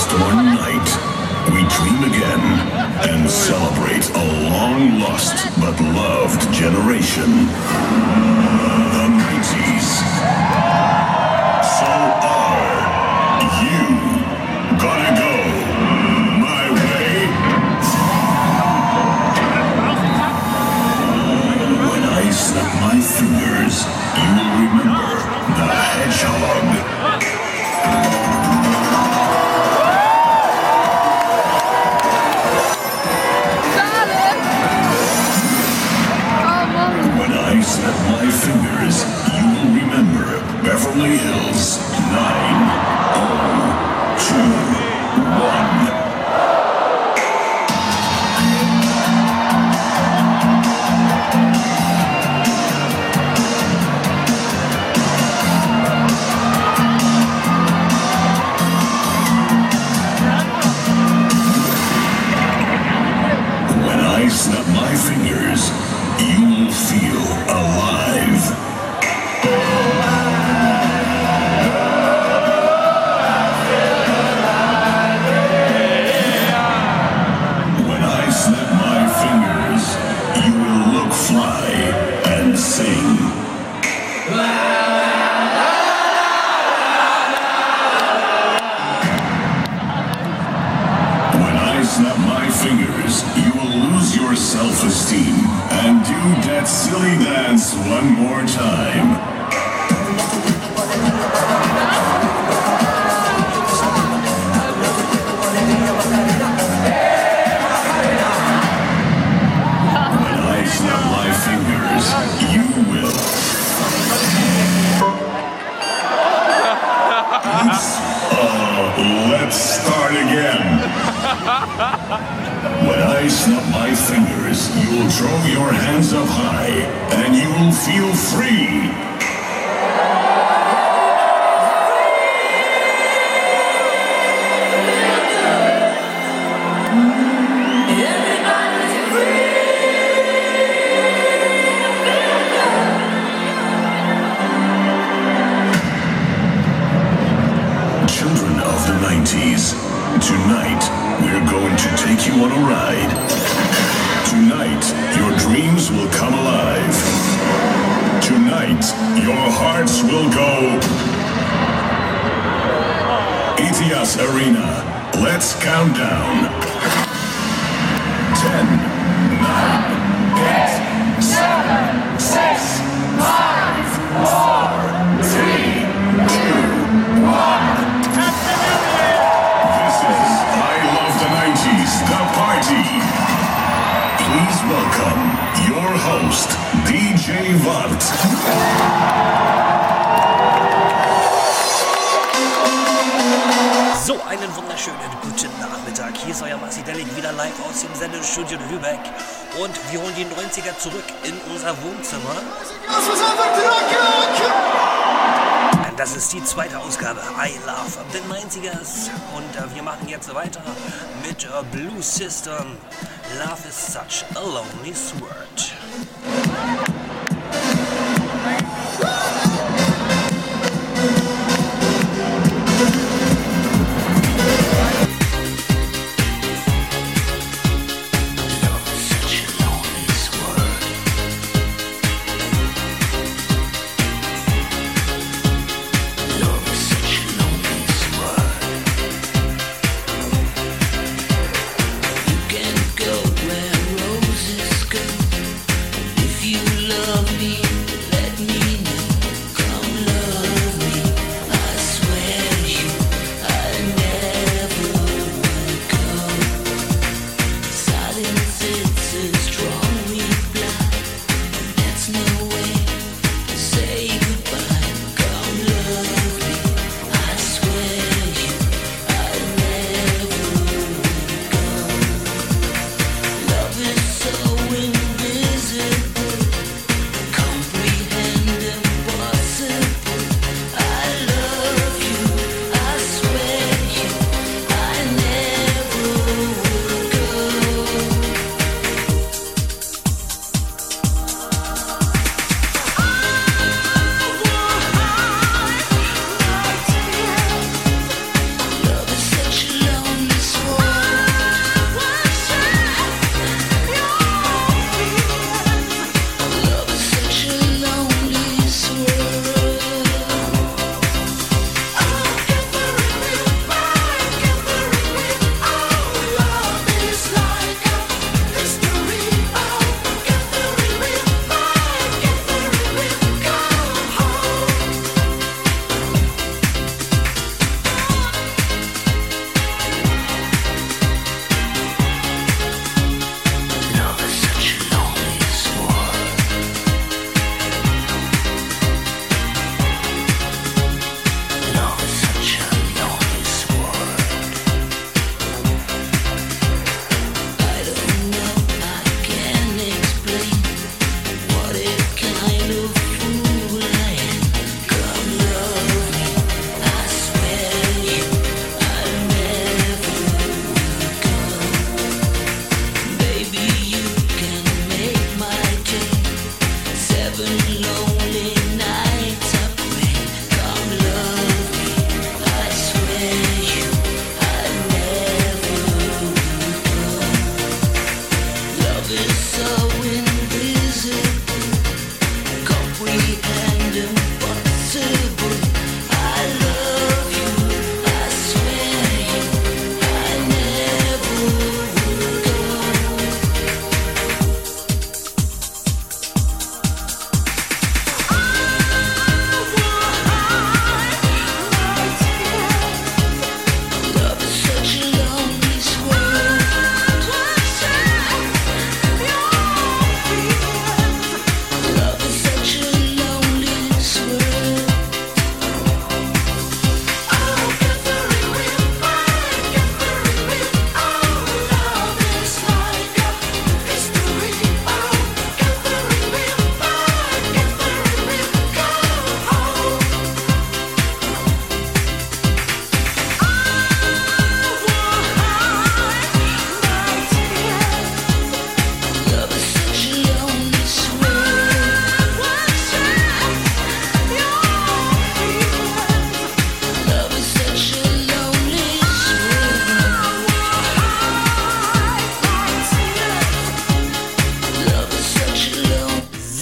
just one night, we dream again and celebrate a long-lost but loved generation. The 90s. So are you gonna go my way? When I snap my fingers, you will remember the hedgehog. Snap my fingers, you will remember Beverly Hills 90210. When I snap my fingers, you will feel alive. When I snap my fingers, you will look fly and sing. When I snap my fingers, you will lose your self-esteem and do that silly dance one more time. When I snap my fingers, you will. Oops. Let's start again. When I snap my fingers, you will throw your hands up high and you will feel free. Children of the 90s, tonight we're going to take you on a ride. Tonight, your dreams will come alive. Tonight, your hearts will go. ETS Arena, let's count down. 10, 9, 8, 7, 6, 5, 4, 3, 2, 1. This is I Love the 90s, the party. Please welcome your host, DJ Vart. So, einen wunderschönen guten Nachmittag. Hier ist euer Marci-Delic wieder live aus dem Sendestudio Lübeck. Und wir holen die 90er zurück in unser Wohnzimmer. Das ist die zweite Ausgabe I Love the 90ers. Und wir machen jetzt weiter mit Blue System. Love is such a lonely sword. Go where roses go. If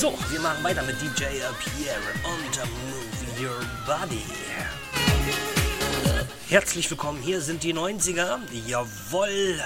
So, wir machen weiter mit DJ Pierre und Move Your Body. Herzlich willkommen, hier sind die 90er. Jawohl!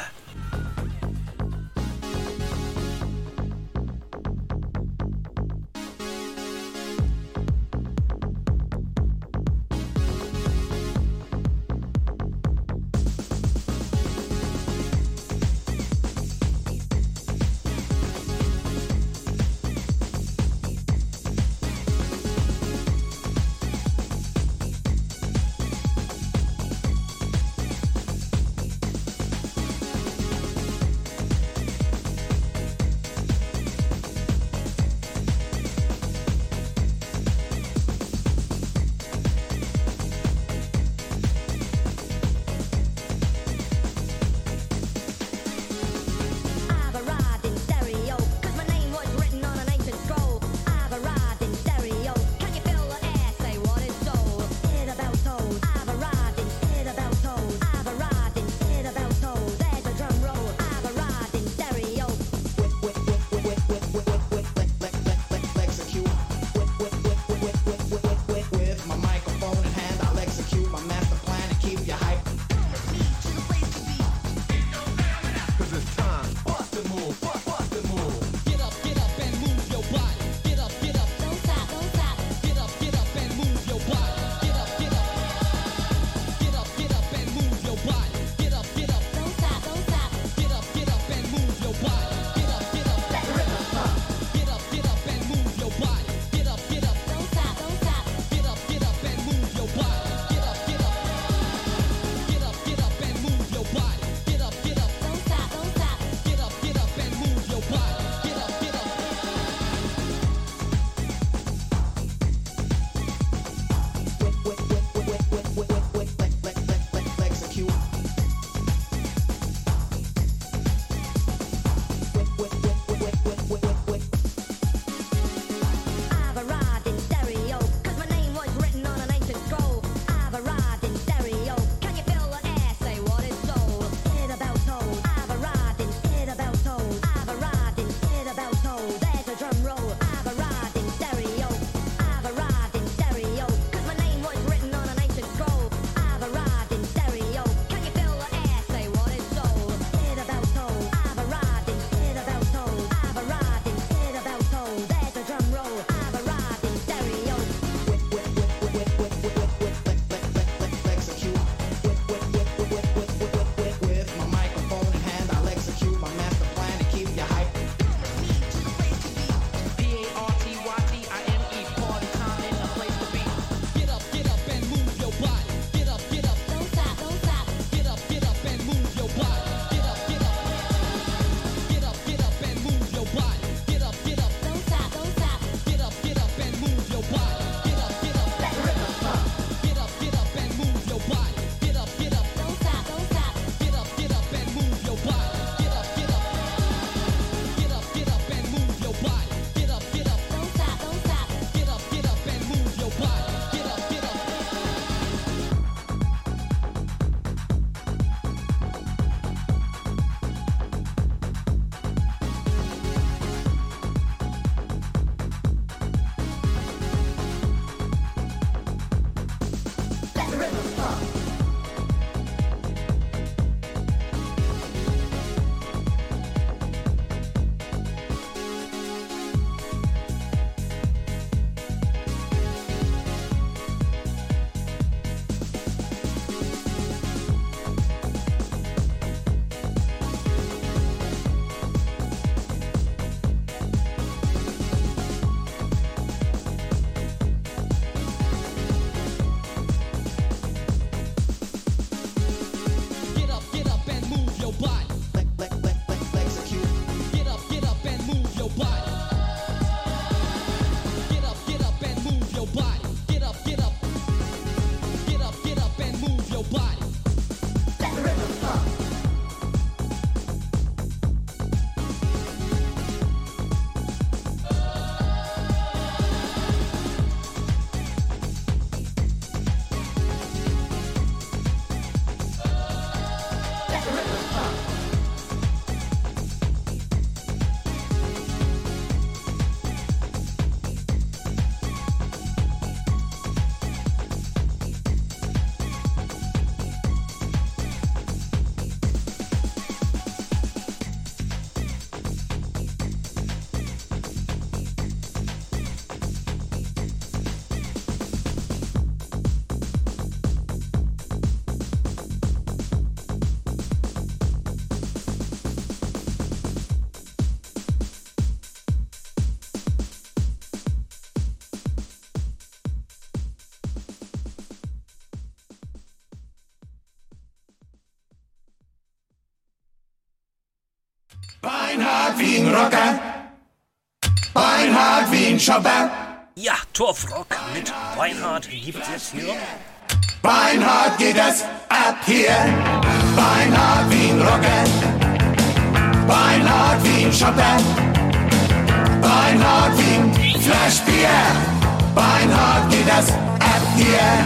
Beinhard wie ein Rocker, Beinhard wie ein Chopper. Ja, Torfrock mit Beinhard gibt's jetzt hier. Beinhard geht es ab hier. Beinhard wie ein Rocker, Beinhard wie ein Chopper, Beinhard wie ein Flaschbier. Beinhard geht es ab hier.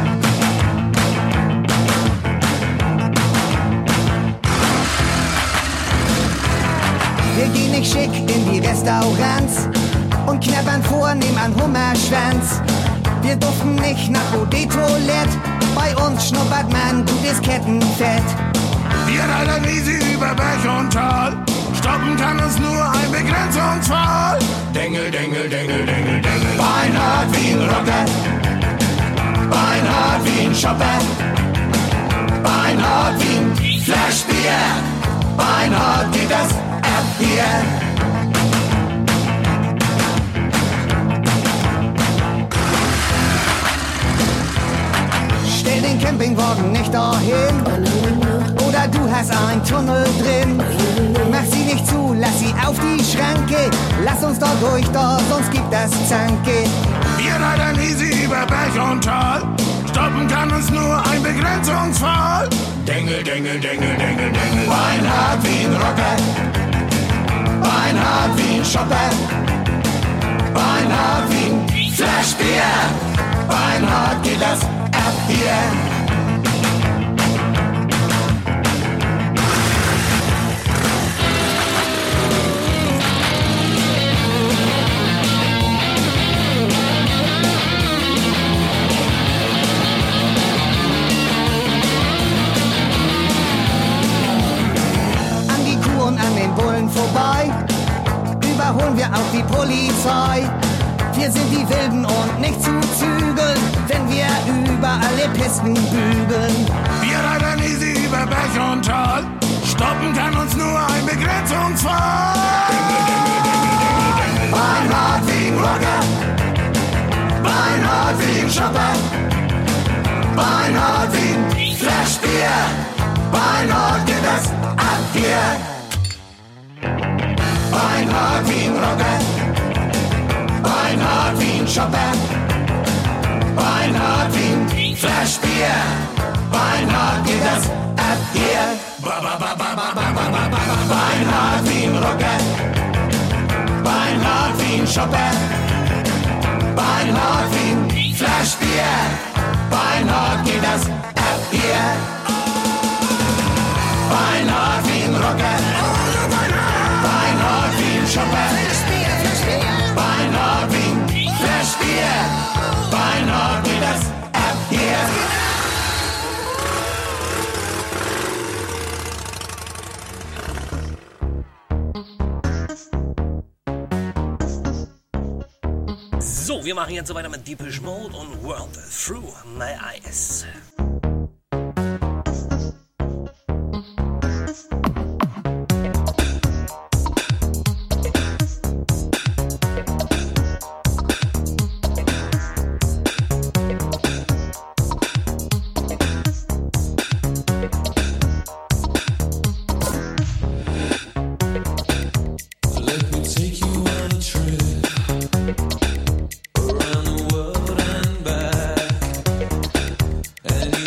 Wir gehen nicht schick in die Restaurants und knabbern vornehm an Hummerschwanz. Wir duften nicht nach Eau-de-Toilette, bei uns schnuppert man gutes Kettenfett. Wir reiten easy über Berg und Tal, stoppen kann uns nur ein Begrenzungsfall. Dengel, Dengel, Dengel, Dengel, Dengel. Beinhard wie ein Rocker, Beinhard wie ein Chopper, Beinhard wie ein Flaschbier. Beinhard geht das ab hier. Stell den Campingwagen nicht dahin, oder du hast einen Tunnel drin. Mach sie nicht zu, lass sie auf die Schranke, lass uns da durch, da sonst gibt das Zanke. Wir reiten easy über Berg und Tal, stoppen kann uns nur ein Begrenzungsfall. Dengel, Dengel, Dengel, Dengel, Dengel. Beinhard wie ein Rocker, Beinhard wie ein Chopper, Beinhard wie ein Flaschbier. Beinhard geht das ab hier. An den Bullen vorbei, überholen wir auch die Polizei. Wir sind die Wilden und nicht zu zügeln, wenn wir über alle Pisten bügeln. Wir reiten easy über Berg und Tal, stoppen kann uns nur ein Begrenzungsfall. Beinhard wie ein Rocker, Beinhard wie ein Chopper, Beinhard wie ein Flaschbier. Beinhard geht das ab hier. Beinhard wie ein Rocker, Beinhard wie ein Chopper, Beinhard wie ein Flaschbier. Beinhard geht das ab hier. Beinhard wie ein Rocker, Beinhard wie ein Chopper, Beinhard wie ein Flaschbier. Beinhard geht das ab hier. Beinhard wie ein Rocker, Beinhard wie ein Chopper, Beinhard wie ein Flaschbier. Beinhard geht das ab hier. So, wir machen jetzt so weiter mit Deepish Mode und World Through My Eyes. And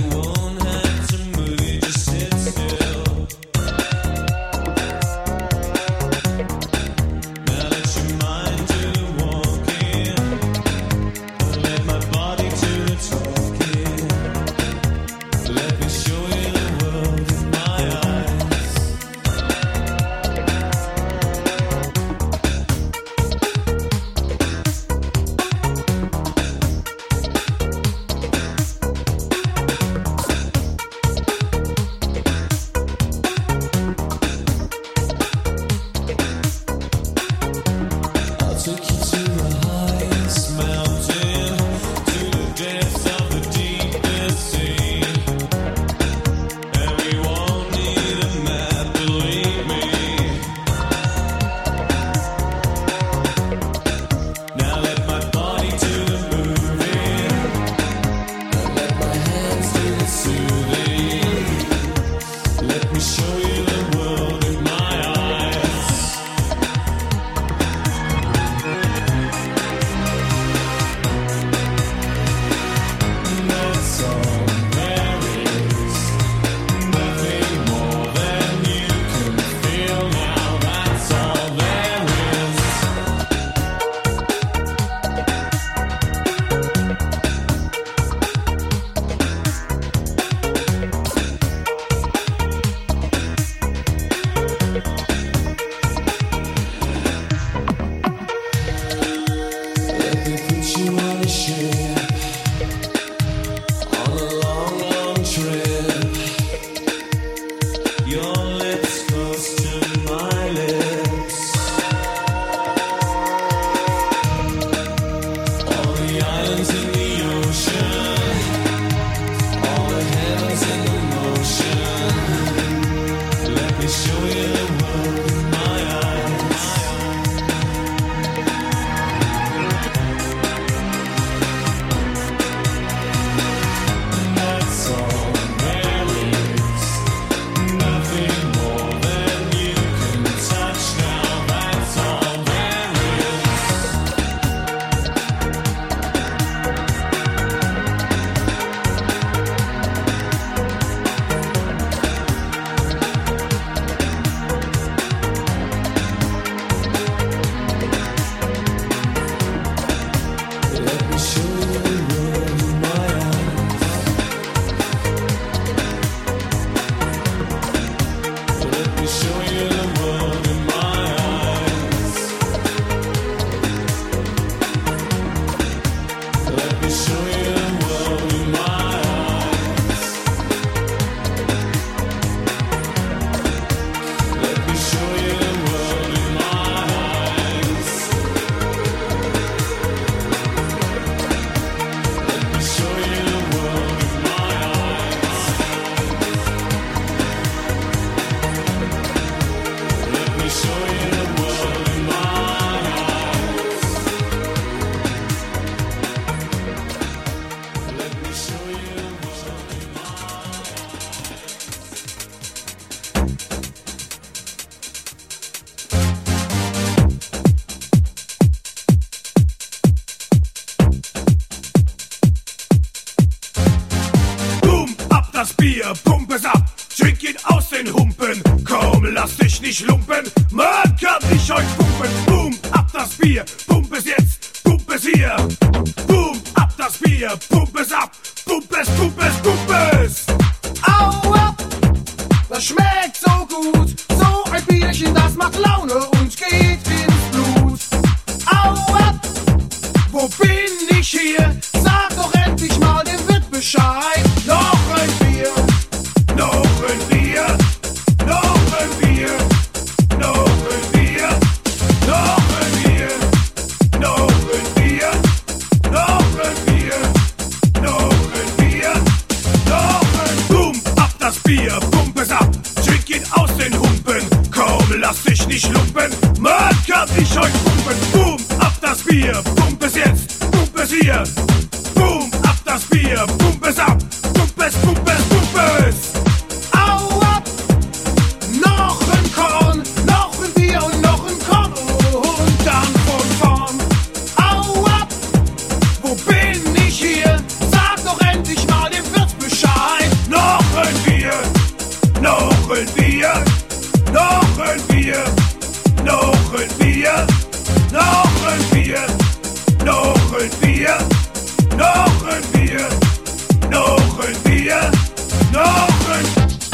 das Bier, pump es ab, trink ihn aus den Humpen. Komm, lass dich nicht lumpen, man kann dich euch pumpen. Boom, ab das Bier, pump es jetzt, pump es hier. Boom, ab das Bier, pump es ab, pump es, pump es, pump es. Au ab, das schmeckt so gut, so ein Bierchen, das macht Laune und geht ins Blut. Au ab, wo bin ich hier? Sag doch endlich mal dem Wirt Bescheid. Noch ein Bier, noch ein Bier, noch ein Bier, noch ein Bier, noch ein Bier, noch ein Bier, noch ein Bier, noch ein Bier, noch ein Boom, ab das Bier, pump es ab, trink ihn aus den Humpen. Komm, lass dich nicht lumpen, man kann dich euch pumpen. Boom, ab das Bier, pump es jetzt, pump es hier. Boom, ab das Bier, pump es ab, pump es, pump es, pump es. Au ab, noch ein Korn, noch ein Bier und noch ein Korn und dann von vorn. Au ab, wo bin ich hier? Sag doch endlich mal dem Wirt Bescheid. Noch ein Bier, noch ein Bier, noch ein Bier, noch ein Bier, noch ein Bier, noch ein Bier, noch ein Bier, noch ein Bier, noch ein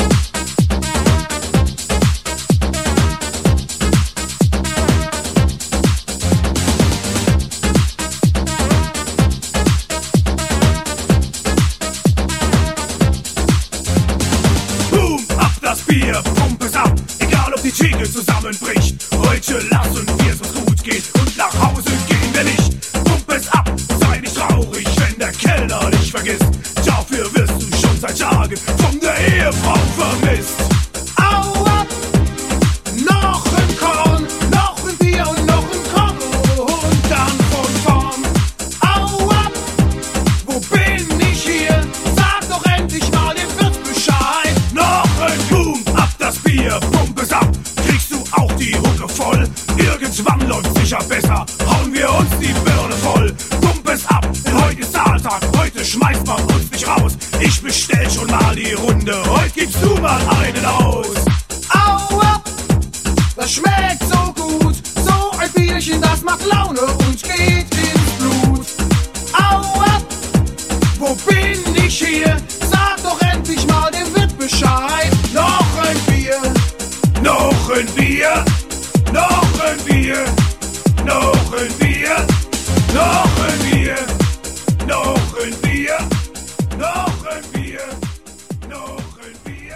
Boom, ab das Bier, pump es ab, egal ob die Theke zusammenbricht. Heute lassen wir es uns gut geht und nach Hause gehen wir nicht. Pump es ab, sei nicht traurig, wenn der Kellner dich vergisst. Dafür wirst du schon seit Tagen von der Ehefrau vermisst. Au ab, noch ein Korn, noch ein Bier und noch ein Korn und dann von vorn. Au ab, wo bin ich hier? Sag doch endlich mal dem Wirt Bescheid. Noch ein Boom, ab das Bier, pump es ab, kriegst du auch die Hucke voll. Irgendwann läuft sicher besser, hauen wir uns die Birne voll. Pump es ab, denn heute ist Zahltag, heute schmeißt man uns nicht raus. Ich bestell schon mal die Runde, heute gibst du mal einen aus. Au ab, das schmeckt so gut, so ein Bierchen, das macht Laune und geht ins Blut. Au ab, wo bin ich hier? Sag doch endlich mal dem Wirt Bescheid. Noch ein Bier, noch ein Bier, noch ein Bier, noch ein Bier, noch ein Bier, noch ein Bier, noch ein Bier, noch ein Bier.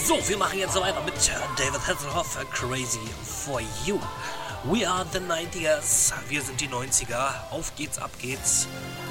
So, wir machen jetzt weiter mit David Hasselhoff, Crazy for You. We are the 90ers, wir sind die 90er. Auf geht's, ab geht's.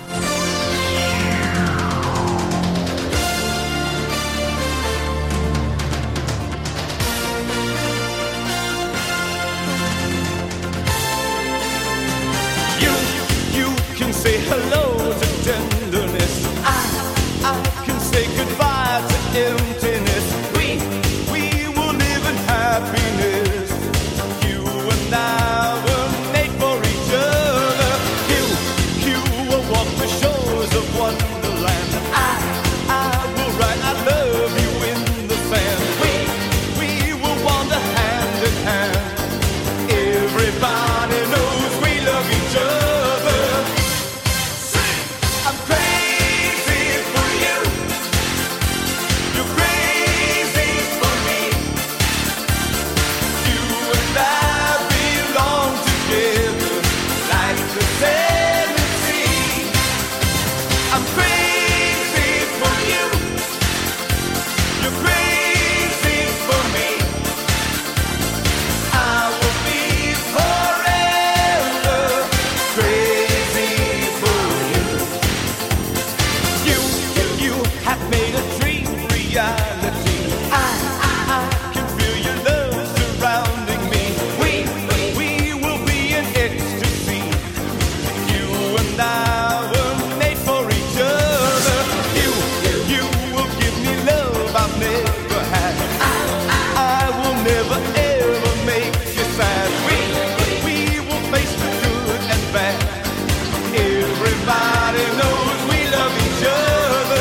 You can say hello to tenderness. I can say goodbye to emptiness. We will live in happiness. You and I were made for each other. You will walk the shores of Wonderland. I will write I love you in the sand. We will wander hand in hand. Everybody knows we love each other. I'm crazy for you. You're crazy for me. You and I belong together like the sand and sea. I'm crazy for you. You're crazy for me. I will be forever crazy for you. You have made a dream reality. I can feel your love surrounding me. We will be in ecstasy. You and I were made for each other. You will give me love I've never had. I will never ever make you sad. We will face the good and bad. Everybody knows we love each other.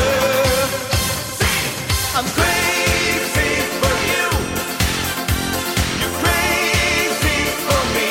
I'm crazy for you. You're crazy for me.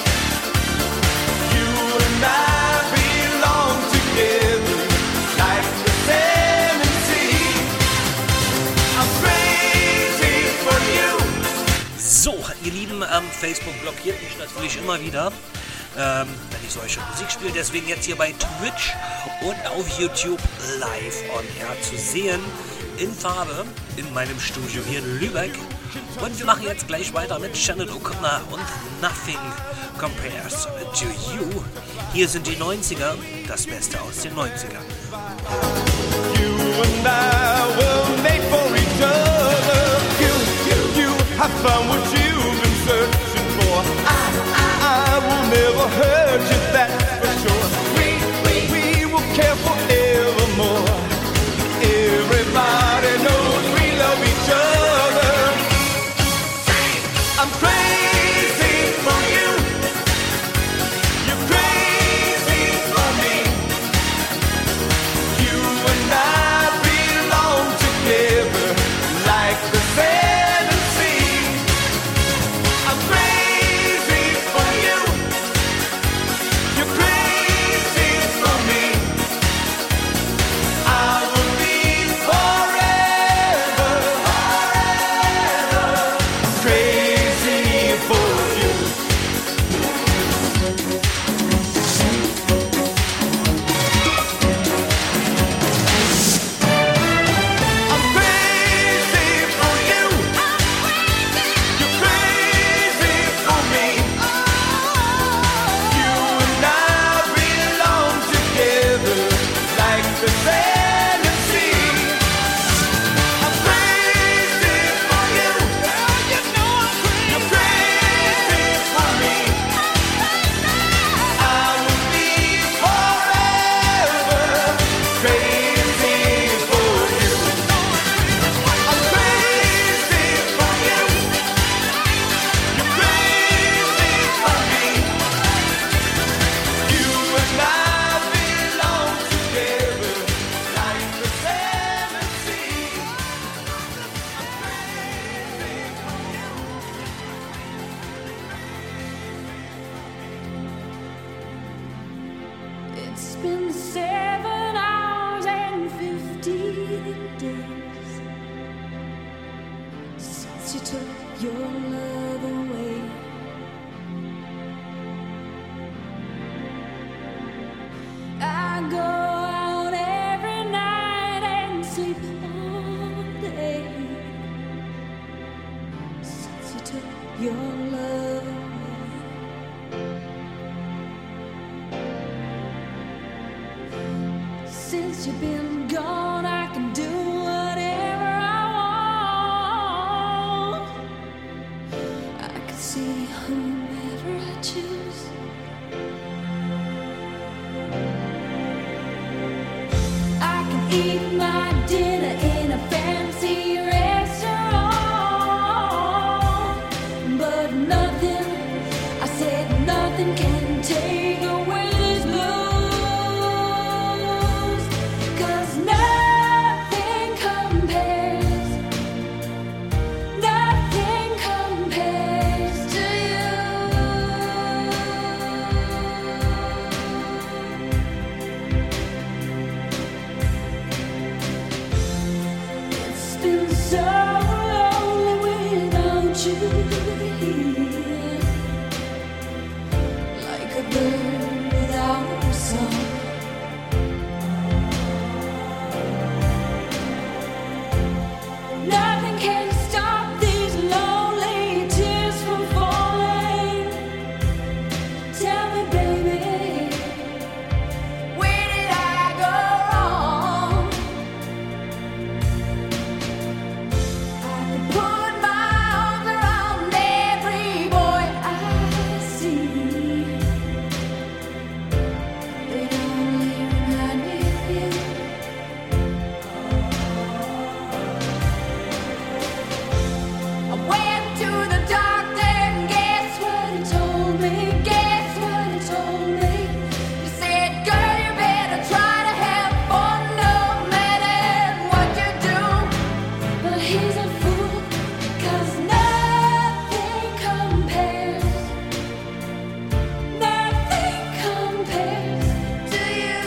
You and I belong together like the sand and sea. I'm crazy for you. So, ihr Lieben, Facebook blockiert mich natürlich immer wieder, wenn ich solche Musik spiele. Deswegen jetzt hier bei Twitch und auf YouTube live on air zu sehen, in Farbe, in meinem Studio hier in Lübeck. Und wir machen jetzt gleich weiter mit Shannon O'Connor und Nothing Compares to You. Hier sind die 90er, das Beste aus den 90ern. You and I were made for each other. You have found what you've been searching for. I will never hurt you, that's for sure. We will care forevermore. Everybody knows we love each other. I'm crazy for you. You're crazy for me. You and I belong together like the sand and sea. I'm crazy for you. You're crazy for me. I will be forever, crazy for you. I'm crazy for you. You're crazy for me. You and I belong together like the sand and sea. I'm crazy for you. You know I'm crazy. You're crazy for me. I will be forever crazy for you. I'm crazy for you. You're crazy for me. You and I belong together like the sand and sea. It's been 7 hours and 15 days since you took your love away. I go out every night and sleep all day. your love away. Since you've been gone, I can do whatever I want. I can see whomever I choose. I can eat my dinner in a fancy restaurant, but nothing, I said nothing can take away these blues, 'cause nothing compares to you. It's been so lonely without you here, like a bird without a song. Nothing can stop these lonely tears from falling. Tell me, baby, where did I go wrong? I could put my arms around every boy I see. They'd only remind me of you. I went to the doctor and guess what he told me? Guess what he told me? He said, girl, you better try to have fun no matter what you do. But he's a fool, 'cause nothing compares to you.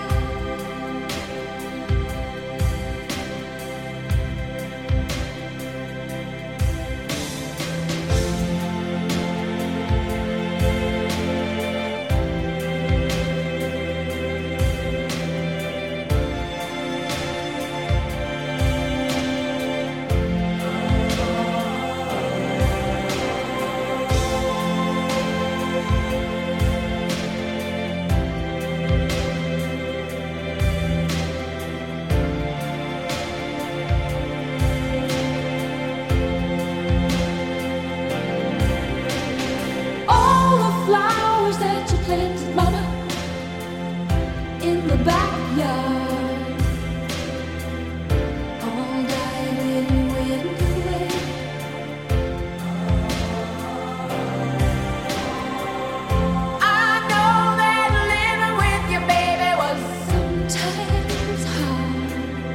All the flowers that you planted, mama, in the backyard, all died when you went away. I know that living with your baby was sometimes hard,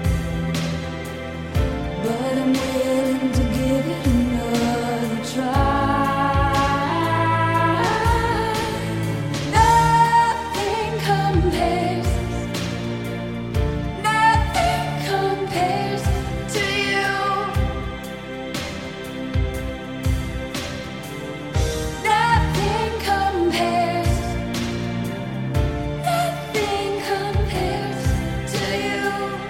but I'm willing to give it another try. Nothing compares to you. Nothing compares to you.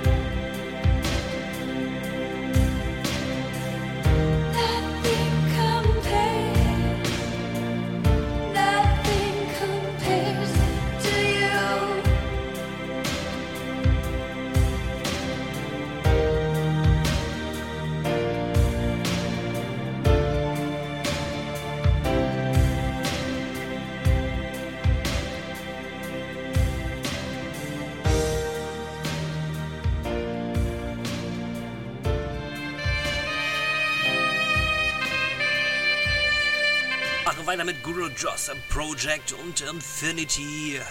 Nothing compares to you. Machen weiter mit Guru Joss Project und Infinity.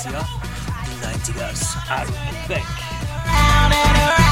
jetzt, ja? Die 90ers are back. Round and around.